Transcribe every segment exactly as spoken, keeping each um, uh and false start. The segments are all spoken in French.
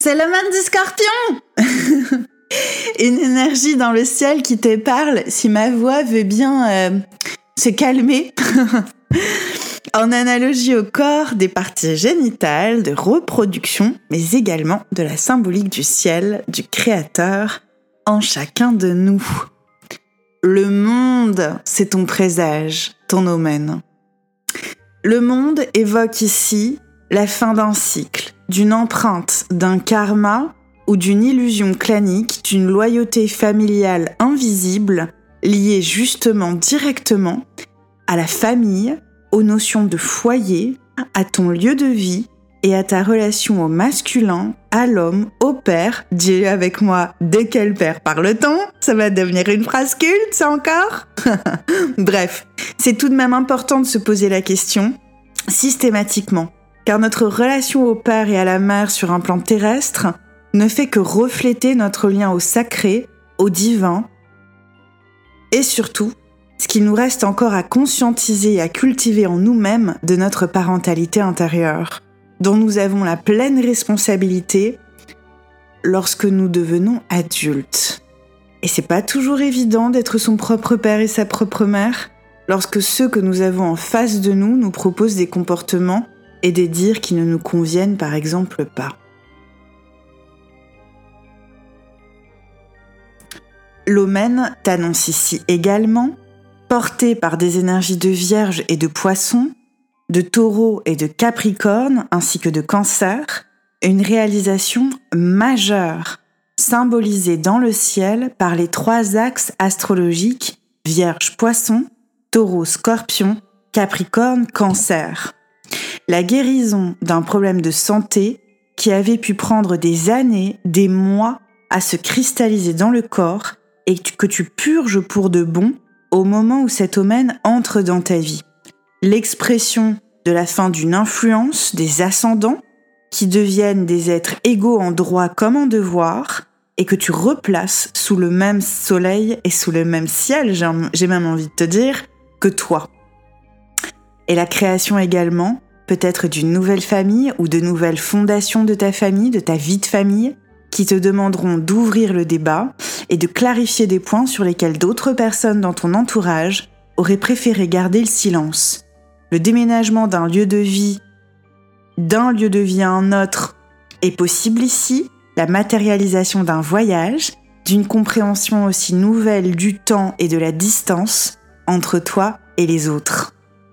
C'est le man du scorpion. Une énergie dans le ciel qui te parle, si ma voix veut bien euh, se calmer. En analogie au corps, des parties génitales, de reproduction, mais également de la symbolique du ciel, du créateur, en chacun de nous. Le monde, c'est ton présage, ton omen. Le monde évoque ici la fin d'un cycle, d'une empreinte, d'un karma ou d'une illusion clanique, d'une loyauté familiale invisible liée justement directement à la famille, aux notions de foyer, à ton lieu de vie et à ta relation au masculin, à l'homme, au père. Dis avec moi, de quel père parle-t-on ? Ça va devenir une phrase culte, ça encore ? Bref, c'est tout de même important de se poser la question systématiquement, car notre relation au père et à la mère sur un plan terrestre ne fait que refléter notre lien au sacré, au divin, et surtout, ce qu'il nous reste encore à conscientiser et à cultiver en nous-mêmes de notre parentalité intérieure, dont nous avons la pleine responsabilité lorsque nous devenons adultes. Et c'est pas toujours évident d'être son propre père et sa propre mère, lorsque ceux que nous avons en face de nous nous proposent des comportements et des dires qui ne nous conviennent par exemple pas. L'omen t'annonce ici également, porté par des énergies de Vierge et de Poisson, de Taureau et de Capricorne, ainsi que de Cancer, une réalisation majeure, symbolisée dans le ciel par les trois axes astrologiques Vierge-Poisson, Taureau-Scorpion, Capricorne-Cancer. La guérison d'un problème de santé qui avait pu prendre des années, des mois à se cristalliser dans le corps et que tu purges pour de bon au moment où cet omen entre dans ta vie. L'expression de la fin d'une influence, des ascendants, qui deviennent des êtres égaux en droit comme en devoir, et que tu replaces sous le même soleil et sous le même ciel, j'ai même envie de te dire, que toi. Et la création également, peut-être d'une nouvelle famille ou de nouvelles fondations de ta famille, de ta vie de famille, qui te demanderont d'ouvrir le débat et de clarifier des points sur lesquels d'autres personnes dans ton entourage auraient préféré garder le silence. Le déménagement d'un lieu de vie, d'un lieu de vie à un autre est possible ici, la matérialisation d'un voyage, d'une compréhension aussi nouvelle du temps et de la distance entre toi et les autres.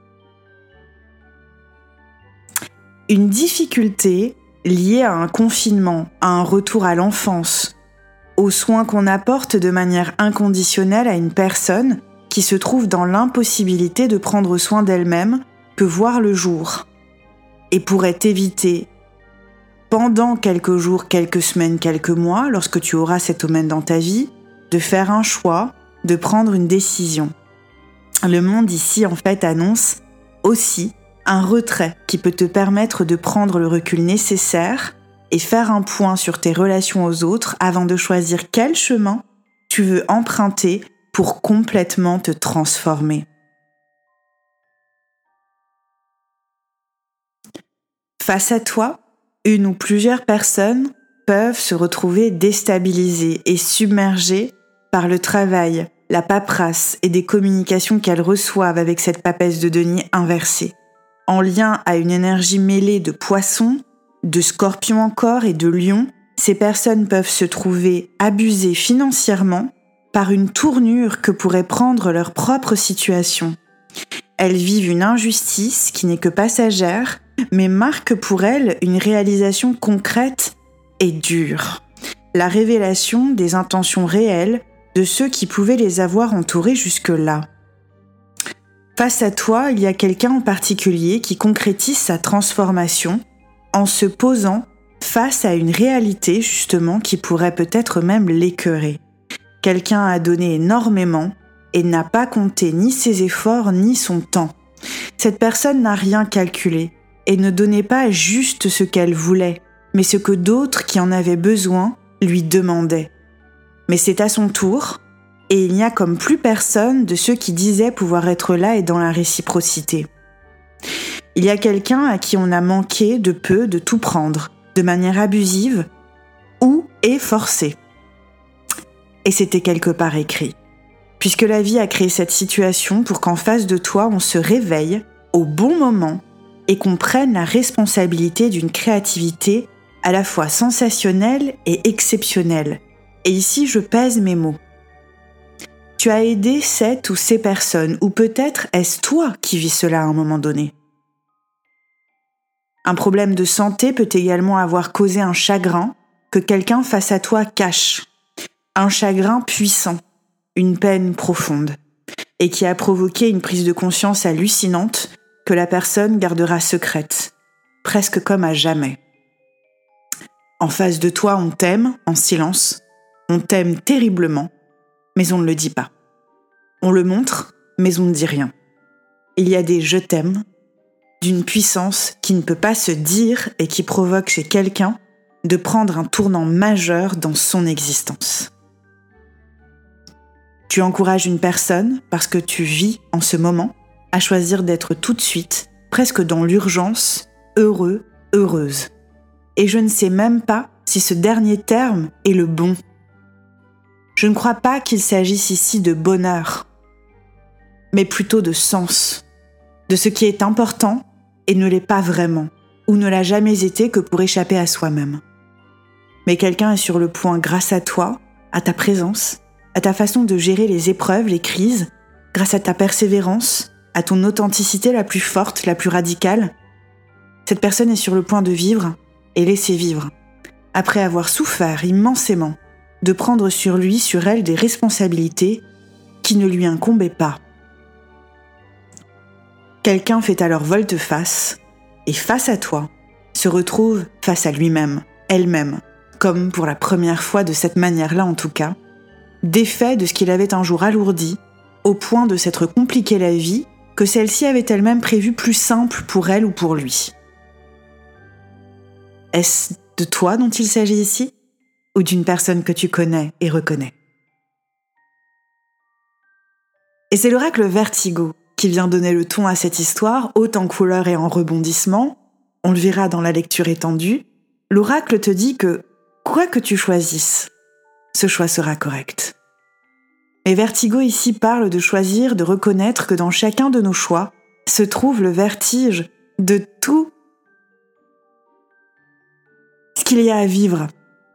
Une difficulté liée à un confinement, à un retour à l'enfance, aux soins qu'on apporte de manière inconditionnelle à une personne qui se trouve dans l'impossibilité de prendre soin d'elle-même, peut voir le jour et pourrait t'éviter pendant quelques jours, quelques semaines, quelques mois, lorsque tu auras cet omen dans ta vie, de faire un choix, de prendre une décision. Le monde ici, en fait, annonce aussi un retrait qui peut te permettre de prendre le recul nécessaire et faire un point sur tes relations aux autres avant de choisir quel chemin tu veux emprunter pour complètement te transformer. Face à toi, une ou plusieurs personnes peuvent se retrouver déstabilisées et submergées par le travail, la paperasse et des communications qu'elles reçoivent avec cette papesse de denier inversée, en lien à une énergie mêlée de poissons, de scorpions encore et de lions. Ces personnes peuvent se trouver abusées financièrement par une tournure que pourrait prendre leur propre situation. Elles vivent une injustice qui n'est que passagère, mais marque pour elles une réalisation concrète et dure. La révélation des intentions réelles de ceux qui pouvaient les avoir entourés jusque-là. Face à toi, il y a quelqu'un en particulier qui concrétise sa transformation en se posant face à une réalité justement qui pourrait peut-être même l'écœurer. Quelqu'un a donné énormément et n'a pas compté ni ses efforts ni son temps. Cette personne n'a rien calculé et ne donnait pas juste ce qu'elle voulait, mais ce que d'autres qui en avaient besoin lui demandaient. Mais c'est à son tour, et il n'y a comme plus personne de ceux qui disaient pouvoir être là et dans la réciprocité. Il y a quelqu'un à qui on a manqué de peu de tout prendre, de manière abusive, et forcé. Et c'était quelque part écrit. Puisque la vie a créé cette situation pour qu'en face de toi, on se réveille au bon moment et qu'on prenne la responsabilité d'une créativité à la fois sensationnelle et exceptionnelle. Et ici, je pèse mes mots. Tu as aidé cette ou ces personnes, ou peut-être est-ce toi qui vis cela à un moment donné. Un problème de santé peut également avoir causé un chagrin que quelqu'un face à toi cache. Un chagrin puissant, une peine profonde, et qui a provoqué une prise de conscience hallucinante que la personne gardera secrète, presque comme à jamais. En face de toi, on t'aime en silence, on t'aime terriblement, mais on ne le dit pas. On le montre, mais on ne dit rien. Il y a des « je t'aime » d'une puissance qui ne peut pas se dire et qui provoque chez quelqu'un de prendre un tournant majeur dans son existence. Tu encourages une personne parce que tu vis en ce moment à choisir d'être tout de suite, presque dans l'urgence, heureux, heureuse. Et je ne sais même pas si ce dernier terme est le bon. Je ne crois pas qu'il s'agisse ici de bonheur, mais plutôt de sens, de ce qui est important et ne l'est pas vraiment, ou ne l'a jamais été que pour échapper à soi-même. Mais quelqu'un est sur le point, grâce à toi, à ta présence, à ta façon de gérer les épreuves, les crises, grâce à ta persévérance, à ton authenticité la plus forte, la plus radicale. Cette personne est sur le point de vivre et laisser vivre, après avoir souffert immensément de prendre sur lui, sur elle, des responsabilités qui ne lui incombaient pas. Quelqu'un fait alors volte-face et face à toi, se retrouve face à lui-même, elle-même, comme pour la première fois de cette manière-là en tout cas, défait de ce qu'il avait un jour alourdi, au point de s'être compliqué la vie, que celle-ci avait elle-même prévu plus simple pour elle ou pour lui. Est-ce de toi dont il s'agit ici, ou d'une personne que tu connais et reconnais? Et c'est l'oracle Vertigo qui vient donner le ton à cette histoire, haute en couleurs et en rebondissements. On le verra dans la lecture étendue. L'oracle te dit que, quoi que tu choisisses, ce choix sera correct. Et Vertigo ici parle de choisir, de reconnaître que dans chacun de nos choix se trouve le vertige de tout ce qu'il y a à vivre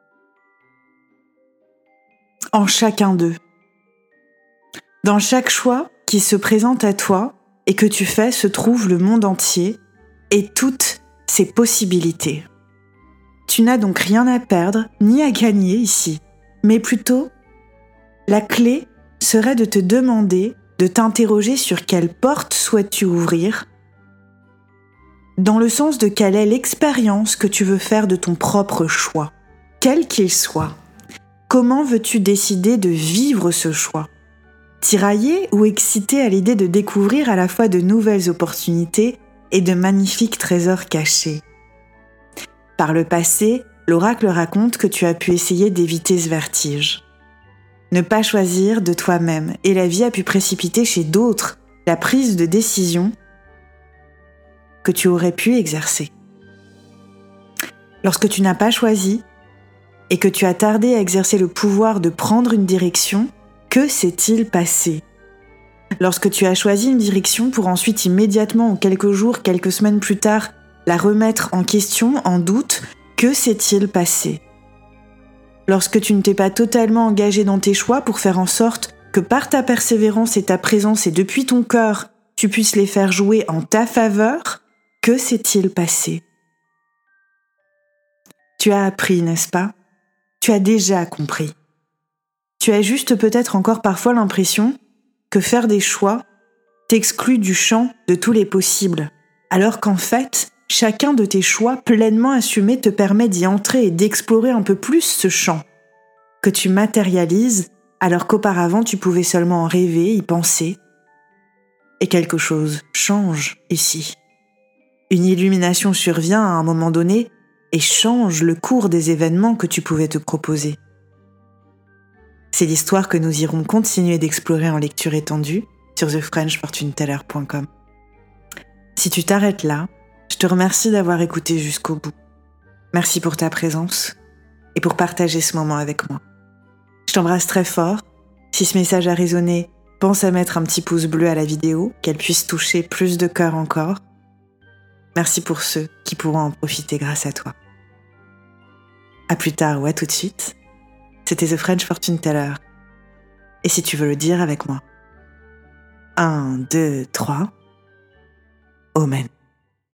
en chacun d'eux. Dans chaque choix qui se présente à toi et que tu fais se trouve le monde entier et toutes ses possibilités. Tu n'as donc rien à perdre ni à gagner ici, mais plutôt la clé serait de te demander, de t'interroger sur quelle porte souhaites-tu ouvrir, dans le sens de quelle est l'expérience que tu veux faire de ton propre choix, quel qu'il soit. Comment veux-tu décider de vivre ce choix ? Tiraillé ou excité à l'idée de découvrir à la fois de nouvelles opportunités et de magnifiques trésors cachés. Par le passé, l'oracle raconte que tu as pu essayer d'éviter ce vertige. Ne pas choisir de toi-même, et la vie a pu précipiter chez d'autres la prise de décision que tu aurais pu exercer. Lorsque tu n'as pas choisi et que tu as tardé à exercer le pouvoir de prendre une direction, que s'est-il passé ? Lorsque tu as choisi une direction pour ensuite immédiatement ou quelques jours, quelques semaines plus tard, la remettre en question, en doute, que s'est-il passé ? Lorsque tu ne t'es pas totalement engagé dans tes choix pour faire en sorte que par ta persévérance et ta présence et depuis ton cœur, tu puisses les faire jouer en ta faveur, que s'est-il passé ? Tu as appris, n'est-ce pas ? Tu as déjà compris. Tu as juste peut-être encore parfois l'impression que faire des choix t'exclut du champ de tous les possibles, alors qu'en fait, chacun de tes choix pleinement assumés te permet d'y entrer et d'explorer un peu plus ce champ, que tu matérialises alors qu'auparavant tu pouvais seulement en rêver, y penser. Et quelque chose change ici. Une illumination survient à un moment donné et change le cours des événements que tu pouvais te proposer. C'est l'histoire que nous irons continuer d'explorer en lecture étendue sur the french fortune teller point com. Si tu t'arrêtes là, je te remercie d'avoir écouté jusqu'au bout. Merci pour ta présence. et pour partager ce moment avec moi. Je t'embrasse très fort. Si ce message a résonné, pense à mettre un petit pouce bleu à la vidéo, qu'elle puisse toucher plus de cœurs encore. Merci pour ceux qui pourront en profiter grâce à toi. À plus tard ou à tout de suite. C'était The French Fortune Teller. Et si tu veux le dire avec moi. un, deux, trois. Amen.